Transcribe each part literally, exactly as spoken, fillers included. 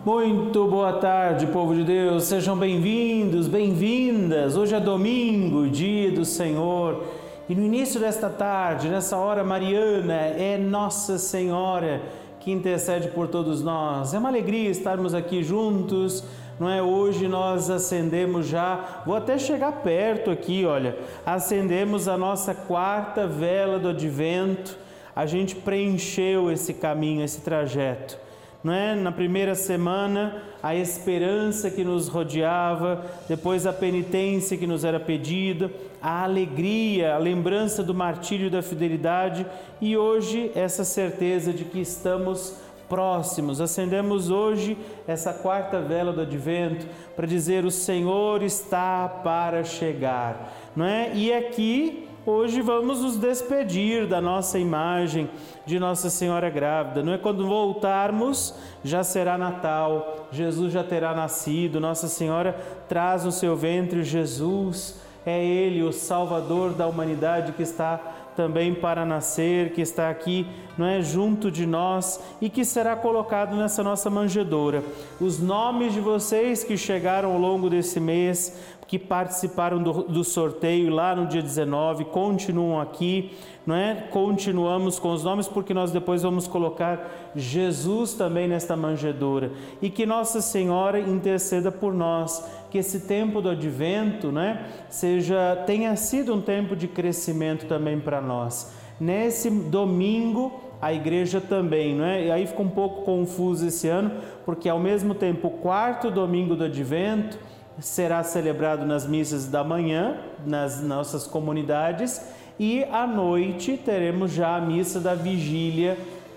Muito boa tarde, povo de Deus, sejam bem-vindos, bem-vindas. Hoje é domingo, dia do Senhor, e no início desta tarde, nessa hora mariana, é Nossa Senhora que intercede por todos nós. É uma alegria estarmos aqui juntos, não é? Hoje nós acendemos já, vou até chegar perto aqui, olha, acendemos a nossa quarta vela do Advento. A gente preencheu esse caminho, esse trajeto. Não é? Na primeira semana, a esperança que nos rodeava, depois a penitência que nos era pedida, a alegria, a lembrança do martírio da fidelidade e hoje essa certeza de que estamos próximos. Acendemos hoje essa quarta vela do Advento para dizer: o Senhor está para chegar, não é? E aqui hoje vamos nos despedir da nossa imagem de Nossa Senhora grávida, não é? Quando voltarmos, já será Natal, Jesus já terá nascido, Nossa Senhora traz no seu ventre Jesus, é Ele, o Salvador da humanidade que está também para nascer, que está aqui, não é, junto de nós e que será colocado nessa nossa manjedoura. Os nomes de vocês que chegaram ao longo desse mês, que participaram do, do sorteio lá no dia dezenove, continuam aqui, não é? Continuamos com os nomes porque nós depois vamos colocar Jesus também nesta manjedoura e que Nossa Senhora interceda por nós, que esse tempo do Advento, né, seja, tenha sido um tempo de crescimento também para nós. Nesse domingo, a igreja também, não é? E aí fica um pouco confuso esse ano, porque ao mesmo tempo o quarto domingo do Advento será celebrado nas missas da manhã, nas nossas comunidades, e à noite teremos já a missa da vigília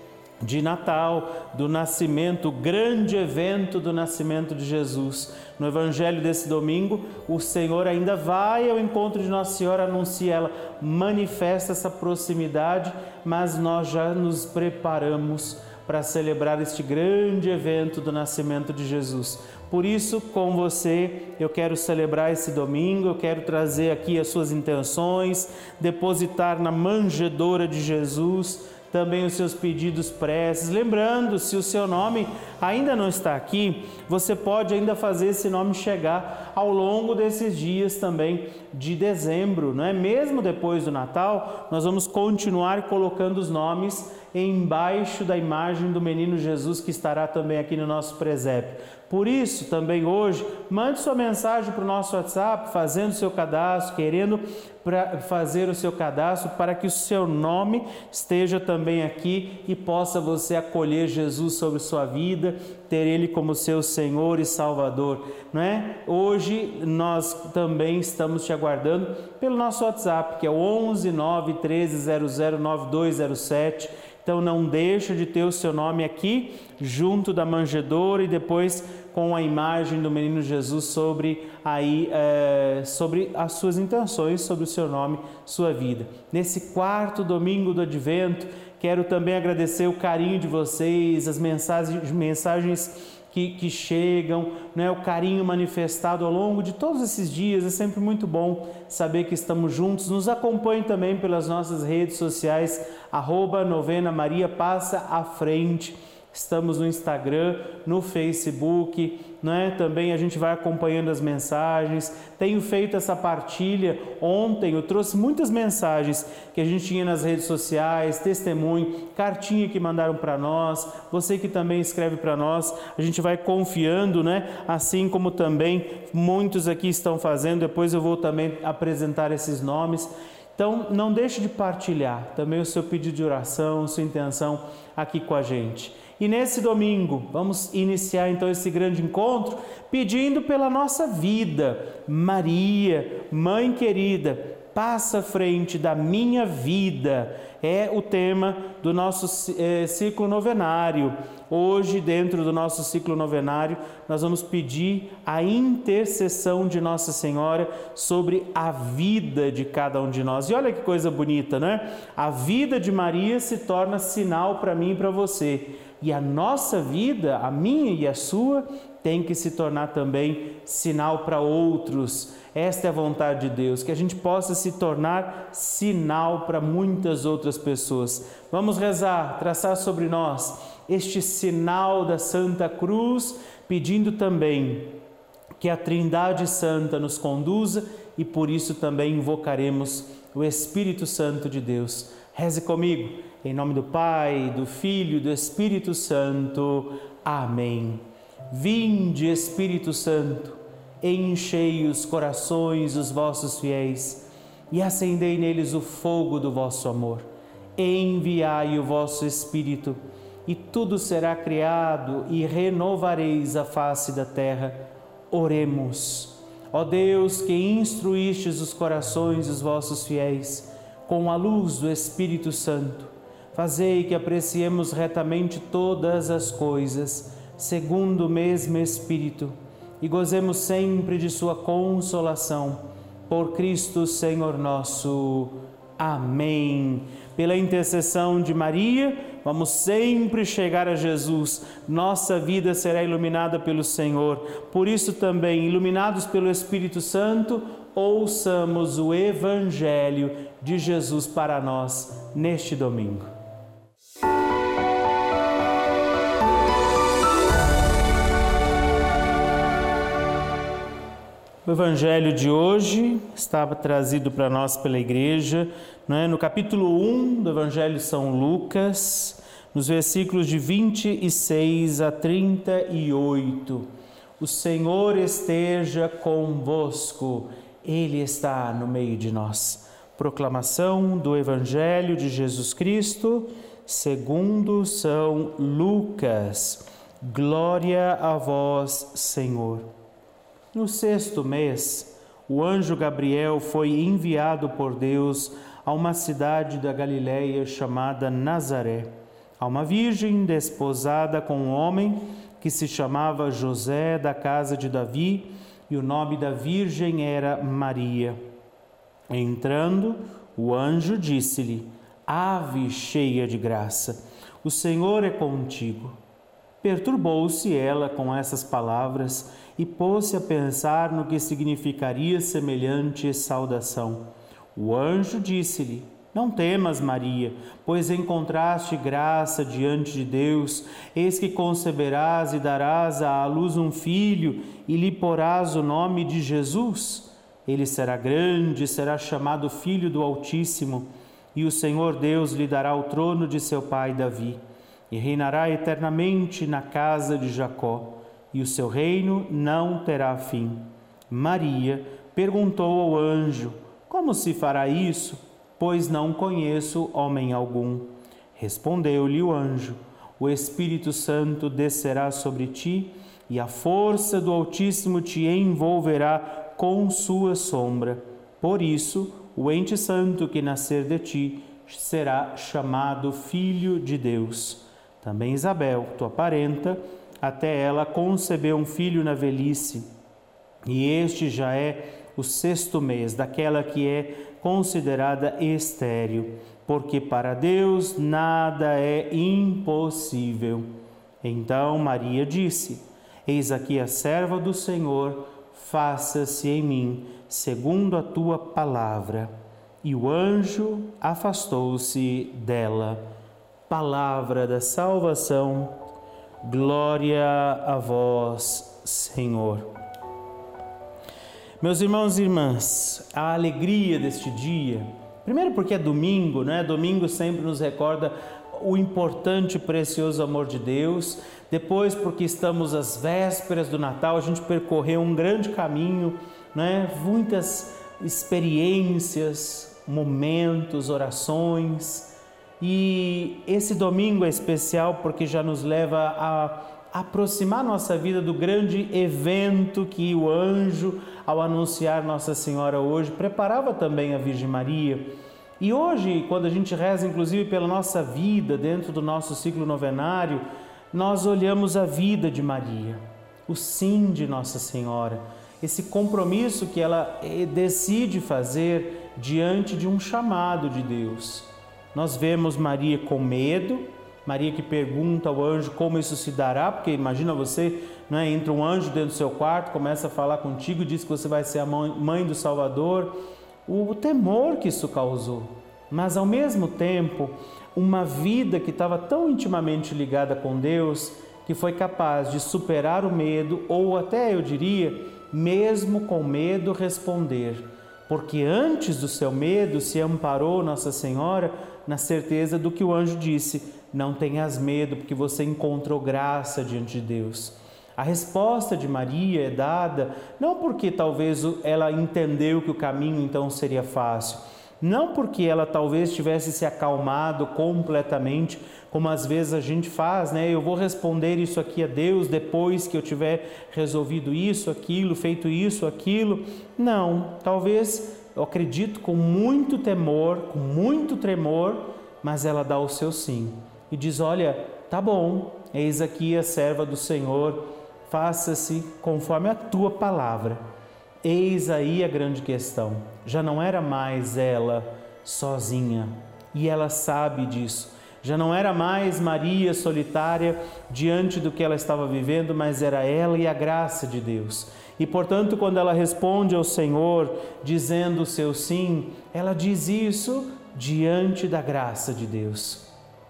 de Natal, do nascimento, o grande evento do nascimento de Jesus. No evangelho desse domingo, o Senhor ainda vai ao encontro de Nossa Senhora, anuncia ela, manifesta essa proximidade, mas nós já nos preparamos para celebrar este grande evento do nascimento de Jesus. Por isso, com você, eu quero celebrar esse domingo, eu quero trazer aqui as suas intenções, depositar na manjedoura de Jesus também os seus pedidos, preces. Lembrando, se o seu nome ainda não está aqui, você pode ainda fazer esse nome chegar ao longo desses dias também de dezembro, não é? Mesmo depois do Natal, nós vamos continuar colocando os nomes embaixo da imagem do menino Jesus que estará também aqui no nosso presépio. Por isso, também hoje, mande sua mensagem para o nosso WhatsApp, fazendo o seu cadastro, querendo pra fazer o seu cadastro para que o seu nome esteja também aqui e possa você acolher Jesus sobre sua vida, ter Ele como seu Senhor e Salvador, não é? Hoje nós também estamos te aguardando pelo nosso WhatsApp, que é o onze nove treze zero zero nove dois zero sete. Então não deixa de ter o seu nome aqui, junto da manjedoura e depois com a imagem do menino Jesus sobre, aí, é, sobre as suas intenções, sobre o seu nome, sua vida. Nesse quarto domingo do Advento, quero também agradecer o carinho de vocês, as mensagens, mensagens que, que chegam, né? O carinho manifestado ao longo de todos esses dias. É sempre muito bom saber que estamos juntos. Nos acompanhe também pelas nossas redes sociais, arroba Novena Maria Passa à Frente. Estamos no Instagram, no Facebook, né? Também a gente vai acompanhando as mensagens. Tenho feito essa partilha. Ontem eu trouxe muitas mensagens que a gente tinha nas redes sociais, testemunho, cartinha que mandaram para nós, você que também escreve para nós. A gente vai confiando, né? Assim como também muitos aqui estão fazendo. Depois eu vou também apresentar esses nomes. Então, não deixe de partilhar também o seu pedido de oração, sua intenção aqui com a gente. E nesse domingo, vamos iniciar então esse grande encontro pedindo pela nossa vida. Maria, Mãe querida, passa à frente da minha vida. É o tema do nosso é, ciclo novenário. Hoje, dentro do nosso ciclo novenário, nós vamos pedir a intercessão de Nossa Senhora sobre a vida de cada um de nós. E olha que coisa bonita, né? A vida de Maria se torna sinal para mim e para você. E a nossa vida, a minha e a sua, tem que se tornar também sinal para outros. Esta é a vontade de Deus, que a gente possa se tornar sinal para muitas outras pessoas. Vamos rezar, traçar sobre nós este sinal da Santa Cruz, pedindo também que a Trindade Santa nos conduza e por isso também invocaremos o Espírito Santo de Deus. Reze comigo, em nome do Pai, do Filho e do Espírito Santo. Amém. Vinde, Espírito Santo, enchei os corações dos vossos fiéis e acendei neles o fogo do vosso amor. Enviai o vosso Espírito e tudo será criado e renovareis a face da terra. Oremos. Ó Deus, que instruístes os corações dos vossos fiéis com a luz do Espírito Santo, fazei que apreciemos retamente todas as coisas, segundo o mesmo Espírito, e gozemos sempre de sua consolação. Por Cristo Senhor nosso. Amém. Pela intercessão de Maria, vamos sempre chegar a Jesus. Nossa vida será iluminada pelo Senhor. Por isso também, iluminados pelo Espírito Santo, ouçamos o Evangelho de Jesus para nós neste domingo. O Evangelho de hoje estava trazido para nós pela Igreja, não é? No capítulo um do Evangelho de São Lucas, nos versículos de vinte e seis a trinta e oito. O Senhor esteja convosco, Ele está no meio de nós. Proclamação do Evangelho de Jesus Cristo, segundo São Lucas. Glória a vós, Senhor. No sexto mês, o anjo Gabriel foi enviado por Deus a uma cidade da Galiléia chamada Nazaré, a uma virgem desposada com um homem que se chamava José, da casa de Davi, e o nome da virgem era Maria. Entrando, o anjo disse-lhe: Ave cheia de graça, o Senhor é contigo. Perturbou-se ela com essas palavras e pôs-se a pensar no que significaria semelhante saudação. O anjo disse-lhe: Não temas, Maria, pois encontraste graça diante de Deus. Eis que conceberás e darás à luz um filho e lhe porás o nome de Jesus. Ele será grande, será chamado Filho do Altíssimo, e o Senhor Deus lhe dará o trono de seu pai Davi, e reinará eternamente na casa de Jacó, e o seu reino não terá fim. Maria perguntou ao anjo: Como se fará isso? Pois não conheço homem algum. Respondeu-lhe o anjo: O Espírito Santo descerá sobre ti, e a força do Altíssimo te envolverá com sua sombra. Por isso, o ente santo que nascer de ti será chamado Filho de Deus. Também Isabel, tua parenta, até ela concebeu um filho na velhice, e este já é o sexto mês daquela que é considerada estéril, porque para Deus nada é impossível. Então Maria disse: Eis aqui a serva do Senhor, faça-se em mim segundo a tua palavra. E o anjo afastou-se dela. Palavra da salvação. Glória a vós, Senhor. Meus irmãos e irmãs, a alegria deste dia, primeiro porque é domingo, né? Domingo sempre nos recorda o importante e precioso amor de Deus. Depois porque estamos às vésperas do Natal, a gente percorreu um grande caminho, né? Muitas experiências, momentos, orações. E esse domingo é especial porque já nos leva a aproximar nossa vida do grande evento que o anjo, ao anunciar Nossa Senhora hoje, preparava também a Virgem Maria. E hoje, quando a gente reza, inclusive pela nossa vida, dentro do nosso ciclo novenário, nós olhamos a vida de Maria, o sim de Nossa Senhora, esse compromisso que ela decide fazer diante de um chamado de Deus. Nós vemos Maria com medo, Maria que pergunta ao anjo como isso se dará, porque imagina você, né, entra um anjo dentro do seu quarto, começa a falar contigo, diz que você vai ser a mãe do Salvador, o temor que isso causou. mas ao mesmo tempo uma vida que estava tão intimamente ligada com Deus que foi capaz de superar o medo, ou até eu diria, mesmo com medo, responder. Porque antes do seu medo se amparou Nossa Senhora na certeza do que o anjo disse: não tenhas medo, porque você encontrou graça diante de Deus. A resposta de Maria é dada não porque talvez ela entendeu que o caminho então seria fácil, não porque ela talvez tivesse se acalmado completamente, como às vezes a gente faz, né? Eu vou responder isso aqui a Deus depois que eu tiver resolvido isso, aquilo, feito isso, aquilo. Não, talvez, eu acredito, com muito temor, com muito tremor, mas ela dá o seu sim e diz: olha, tá bom, eis aqui a serva do Senhor, faça-se conforme a tua palavra. Eis aí a grande questão. Já não era mais ela sozinha, e ela sabe disso. Já não era mais Maria solitária diante do que ela estava vivendo, mas era ela e a graça de Deus. E, portanto, quando ela responde ao Senhor, dizendo o seu sim, ela diz isso diante da graça de Deus.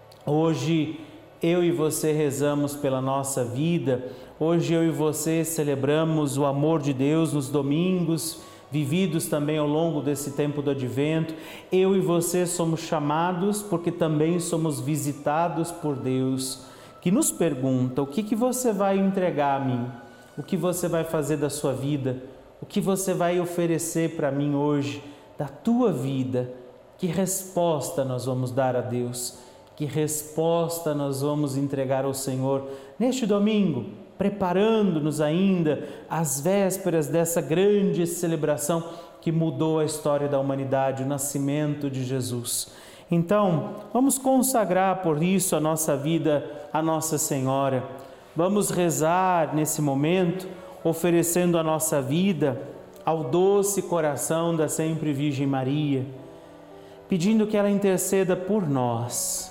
Hoje, eu e você rezamos pela nossa vida. Hoje eu e você celebramos o amor de Deus nos domingos, vividos também ao longo desse tempo do Advento. Eu e você somos chamados porque também somos visitados por Deus, que nos pergunta: o que, que você vai entregar a mim? O que você vai fazer da sua vida? O que você vai oferecer para mim hoje, da tua vida? Que resposta nós vamos dar a Deus? Que resposta nós vamos entregar ao Senhor neste domingo, preparando-nos ainda às vésperas dessa grande celebração que mudou a história da humanidade, o nascimento de Jesus. Então, vamos consagrar por isso a nossa vida à Nossa Senhora. Vamos rezar nesse momento, oferecendo a nossa vida ao doce coração da sempre Virgem Maria, pedindo que ela interceda por nós.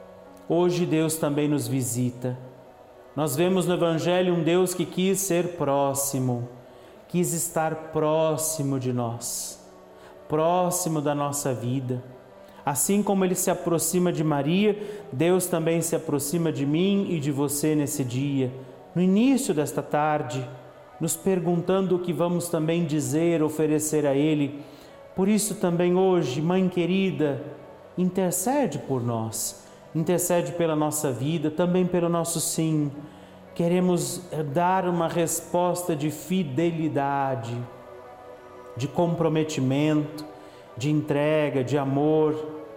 Hoje Deus também nos visita. Nós vemos no Evangelho um Deus que quis ser próximo, quis estar próximo de nós, próximo da nossa vida. Assim como Ele se aproxima de Maria, Deus também se aproxima de mim e de você nesse dia, no início desta tarde, nos perguntando o que vamos também dizer, oferecer a Ele. Por isso também hoje, Mãe querida, intercede por nós. Intercede pela nossa vida, também pelo nosso sim. Queremos dar uma resposta de fidelidade, de comprometimento, de entrega, de amor.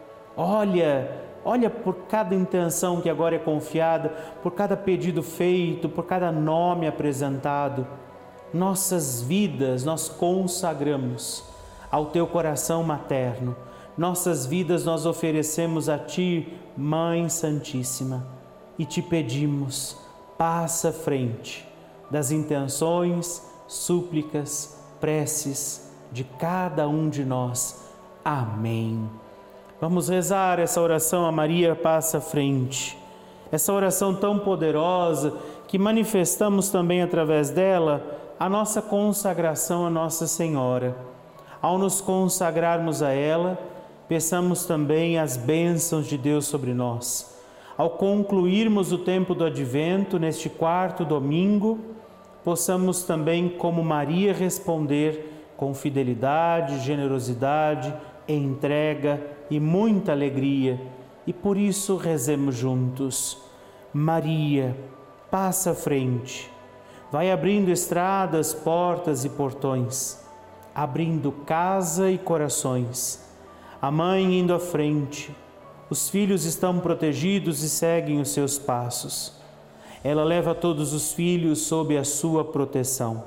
Olha, olha por cada intenção que agora é confiada, por cada pedido feito, por cada nome apresentado. Nossas vidas nós consagramos ao Teu coração materno. Nossas vidas nós oferecemos a Ti, Mãe Santíssima, e Te pedimos, passa à frente das intenções, súplicas, preces de cada um de nós. Amém. Vamos rezar essa oração a Maria passa à frente. Essa oração tão poderosa que manifestamos também através dela a nossa consagração a Nossa Senhora. Ao nos consagrarmos a ela, peçamos também as bênçãos de Deus sobre nós. Ao concluirmos o tempo do Advento, neste quarto domingo, possamos também, como Maria, responder com fidelidade, generosidade, entrega e muita alegria. E por isso rezemos juntos. Maria, passa à frente, vai abrindo estradas, portas e portões, abrindo casa e corações. A mãe indo à frente, os filhos estão protegidos e seguem os seus passos. Ela leva todos os filhos sob a sua proteção.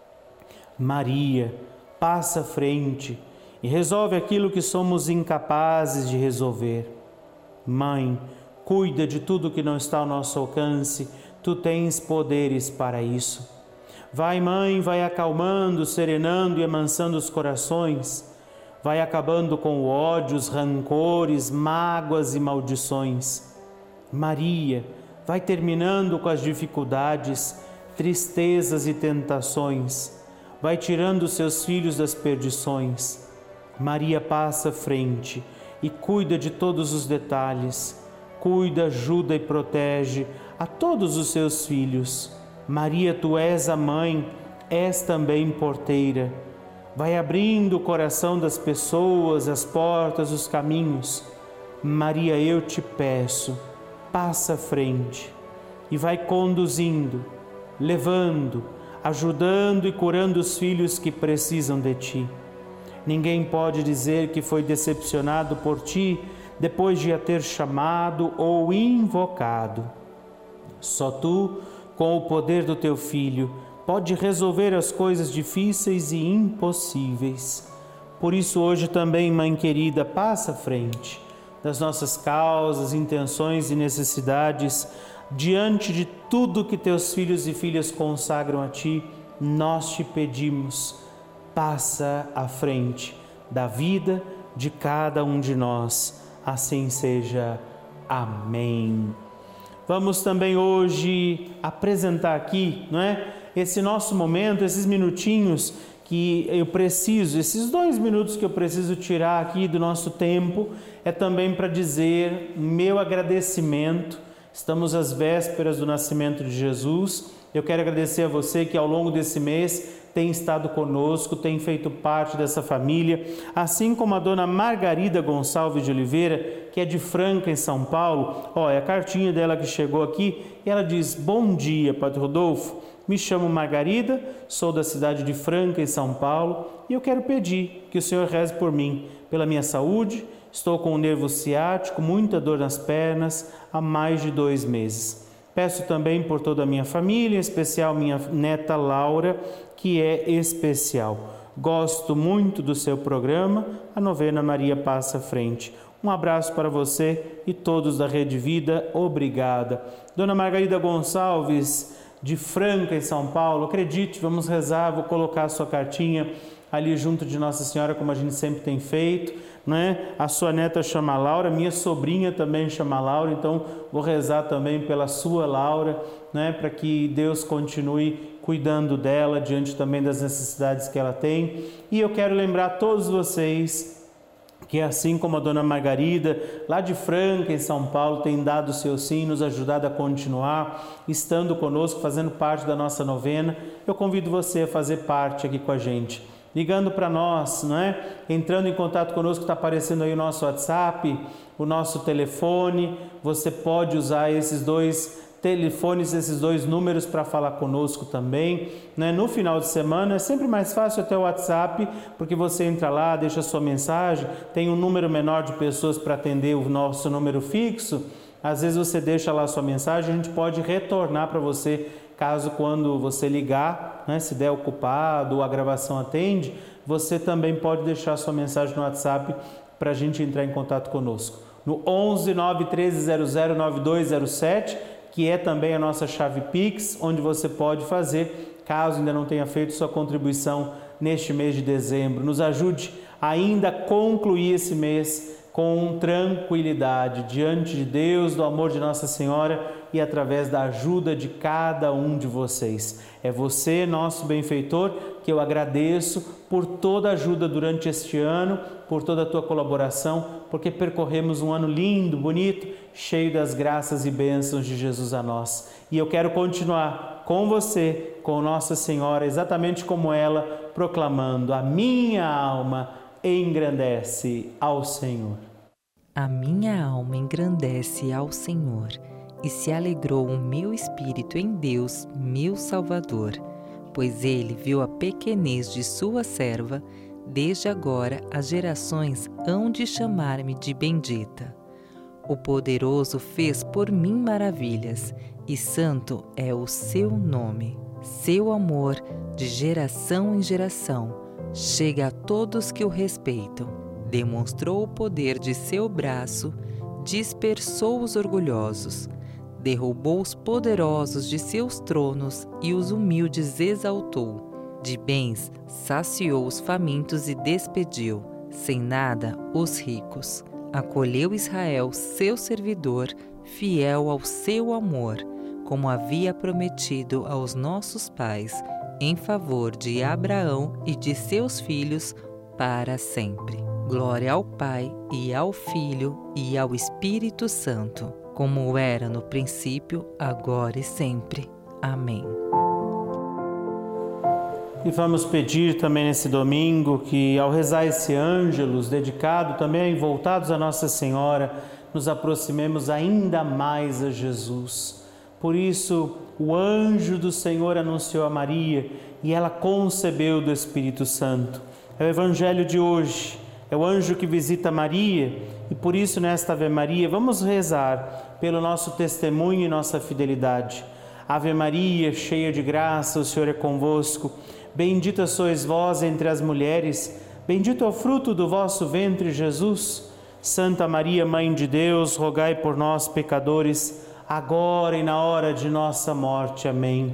Maria, passa à frente e resolve aquilo que somos incapazes de resolver. Mãe, cuida de tudo que não está ao nosso alcance, tu tens poderes para isso. Vai, mãe, vai acalmando, serenando e amansando os corações. Vai acabando com o ódio, os rancores, mágoas e maldições. Maria, vai terminando com as dificuldades, tristezas e tentações. Vai tirando os seus filhos das perdições. Maria passa à frente e cuida de todos os detalhes. Cuida, ajuda e protege a todos os seus filhos. Maria, tu és a mãe, és também porteira. Vai abrindo o coração das pessoas, as portas, os caminhos. Maria, eu te peço, passa à frente e vai conduzindo, levando, ajudando e curando os filhos que precisam de ti. Ninguém pode dizer que foi decepcionado por ti depois de a ter chamado ou invocado. Só tu, com o poder do teu Filho, pode resolver as coisas difíceis e impossíveis. Por isso hoje também, Mãe querida, passa à frente das nossas causas, intenções e necessidades. Diante de tudo que teus filhos e filhas consagram a ti, nós te pedimos, passa à frente da vida de cada um de nós. Assim seja. Amém. Vamos também hoje apresentar aqui, não é? Esse nosso momento, esses minutinhos que eu preciso, esses dois minutos que eu preciso tirar aqui do nosso tempo, é também para dizer meu agradecimento. Estamos às vésperas do nascimento de Jesus. Eu quero agradecer a você que ao longo desse mês tem estado conosco, tem feito parte dessa família, assim como a dona Margarida Gonçalves de Oliveira, que é de Franca, em São Paulo. Ó, é a cartinha dela que chegou aqui e ela diz: bom dia, Padre Rodolfo, me chamo Margarida, sou da cidade de Franca, em São Paulo, e eu quero pedir que o Senhor reze por mim, pela minha saúde. Estou com um nervo ciático, muita dor nas pernas, há mais de dois meses. Peço também por toda a minha família, em especial minha neta Laura, que é especial. Gosto muito do seu programa, a novena Maria Passa à Frente. Um abraço para você e todos da Rede Vida, obrigada. Dona Margarida Gonçalves, de Franca, em São Paulo, acredite, vamos rezar, vou colocar a sua cartinha ali junto de Nossa Senhora, como a gente sempre tem feito, né? A sua neta chama Laura, minha sobrinha também chama Laura, então vou rezar também pela sua Laura, né? Para que Deus continue cuidando dela, diante também das necessidades que ela tem. E eu quero lembrar a todos vocês que, assim como a dona Margarida, lá de Franca, em São Paulo, tem dado o seu sim, nos ajudado a continuar, estando conosco, fazendo parte da nossa novena, eu convido você a fazer parte aqui com a gente, ligando para nós, não é? Entrando em contato conosco, está aparecendo aí o nosso WhatsApp, o nosso telefone, você pode usar esses dois telefones, esses dois números para falar conosco também, né? No final de semana é sempre mais fácil até o WhatsApp, porque você entra lá, deixa sua mensagem, tem um número menor de pessoas para atender o nosso número fixo, às vezes você deixa lá a sua mensagem, a gente pode retornar para você, caso quando você ligar, né, se der ocupado ou a gravação atende, você também pode deixar a sua mensagem no WhatsApp para a gente entrar em contato conosco. No onze nove um três zero zero nove dois zero sete, que é também a nossa chave Pix, onde você pode fazer, caso ainda não tenha feito sua contribuição neste mês de dezembro. Nos ajude ainda a concluir esse mês com tranquilidade, diante de Deus, do amor de Nossa Senhora e através da ajuda de cada um de vocês. É você, nosso benfeitor, que eu agradeço por toda a ajuda durante este ano, por toda a tua colaboração, porque percorremos um ano lindo, bonito, cheio das graças e bênçãos de Jesus a nós. E eu quero continuar com você, com Nossa Senhora, exatamente como ela, proclamando: a minha alma engrandece ao Senhor. A minha alma engrandece ao Senhor, e se alegrou o meu espírito em Deus, meu Salvador, pois ele viu a pequenez de sua serva. Desde agora as gerações hão de chamar-me de bendita. O Poderoso fez por mim maravilhas, e santo é o seu nome. Seu amor, de geração em geração, chega a todos que o respeitam. Demonstrou o poder de seu braço, dispersou os orgulhosos, derrubou os poderosos de seus tronos e os humildes exaltou. De bens saciou os famintos e despediu, sem nada, os ricos. Acolheu Israel, seu servidor, fiel ao seu amor, como havia prometido aos nossos pais, em favor de Abraão e de seus filhos para sempre. Glória ao Pai, e ao Filho, e ao Espírito Santo, como era no princípio, agora e sempre. Amém. E vamos pedir também nesse domingo que, ao rezar esse ângelus, dedicado também, voltados a Nossa Senhora, nos aproximemos ainda mais a Jesus. Por isso, o anjo do Senhor anunciou a Maria e ela concebeu do Espírito Santo. É o Evangelho de hoje, é o anjo que visita Maria e por isso, nesta Ave Maria, vamos rezar pelo nosso testemunho e nossa fidelidade. Ave Maria, cheia de graça, o Senhor é convosco. Bendita sois vós entre as mulheres, bendito é o fruto do vosso ventre, Jesus. Santa Maria, Mãe de Deus, rogai por nós, pecadores, agora e na hora de nossa morte. Amém.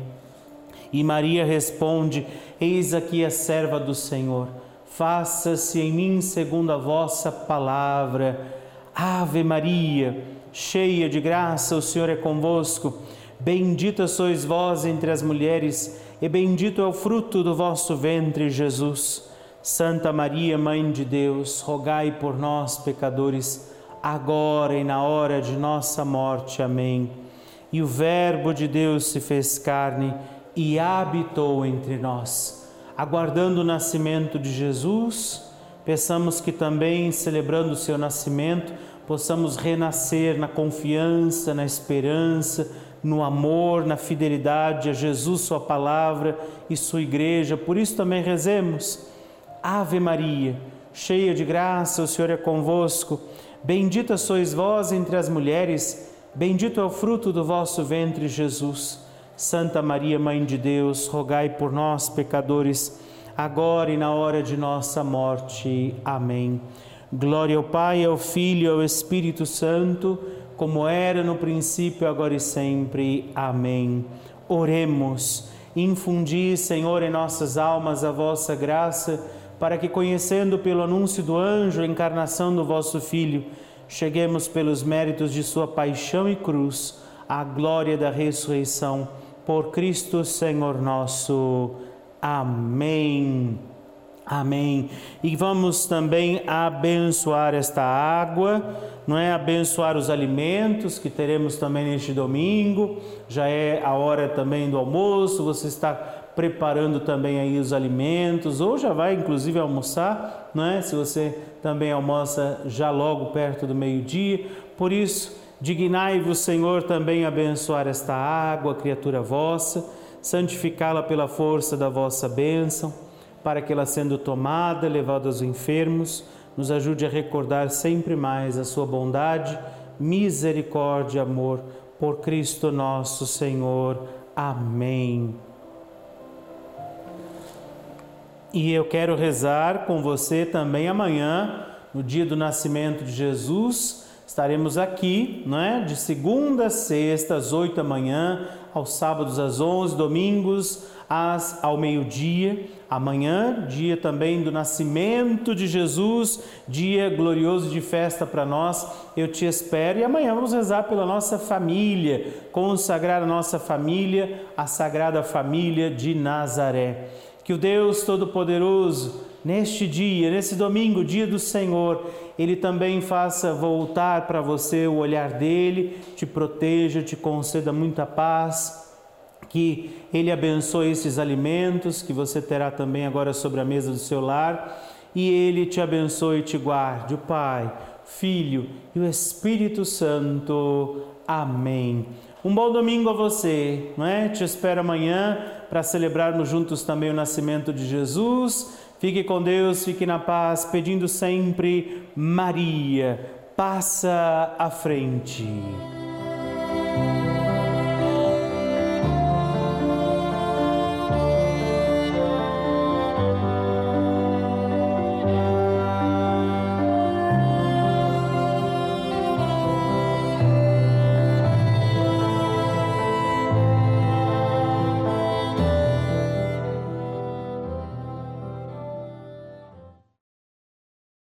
E Maria responde: eis aqui a serva do Senhor, faça-se em mim segundo a vossa palavra. Ave Maria, cheia de graça, o Senhor é convosco. Bendita sois vós entre as mulheres, e bendito é o fruto do vosso ventre, Jesus. Santa Maria, Mãe de Deus, rogai por nós, pecadores, agora e na hora de nossa morte. Amém. E o Verbo de Deus se fez carne e habitou entre nós. Aguardando o nascimento de Jesus, peçamos que também, celebrando o seu nascimento, possamos renascer na confiança, na esperança, no amor, na fidelidade a Jesus, sua palavra e sua igreja. Por isso também rezemos: Ave Maria, cheia de graça, o Senhor é convosco. Bendita sois vós entre as mulheres, bendito é o fruto do vosso ventre, Jesus. Santa Maria, Mãe de Deus, rogai por nós, pecadores, agora e na hora de nossa morte. Amém. Glória ao Pai, ao Filho e ao Espírito Santo, como era no princípio, agora e sempre. Amém. Oremos. Infundi, Senhor, em nossas almas a vossa graça, para que, conhecendo pelo anúncio do anjo a encarnação do vosso Filho, cheguemos pelos méritos de sua paixão e cruz à glória da ressurreição. Por Cristo, Senhor nosso. Amém. Amém. E vamos também abençoar esta água, não é? Abençoar os alimentos que teremos também neste domingo. Já é a hora também do almoço, você está preparando também aí os alimentos, ou já vai inclusive almoçar, não é? Se você também almoça já logo perto do meio-dia. Por isso, dignai-vos, Senhor, também abençoar esta água, criatura vossa, santificá-la pela força da vossa bênção, para que ela, sendo tomada, levada aos enfermos, nos ajude a recordar sempre mais a sua bondade, misericórdia e amor, por Cristo nosso Senhor. Amém. E eu quero rezar com você também amanhã, no dia do nascimento de Jesus. Estaremos aqui, não é? De segunda a sexta, às oito da manhã, aos sábados às onze, domingos às, ao meio-dia. Amanhã, dia também do nascimento de Jesus, dia glorioso de festa para nós. Eu te espero e amanhã vamos rezar pela nossa família, consagrar a nossa família, a Sagrada Família de Nazaré. Que o Deus Todo-Poderoso, neste dia, nesse domingo, dia do Senhor, Ele também faça voltar para você o olhar dEle, te proteja, te conceda muita paz, que Ele abençoe esses alimentos que você terá também agora sobre a mesa do seu lar, e Ele te abençoe e te guarde, o Pai, Filho e o Espírito Santo. Amém. Um bom domingo a você, não é? Te espero amanhã para celebrarmos juntos também o nascimento de Jesus. Fique com Deus, fique na paz, pedindo sempre: Maria, passa à frente.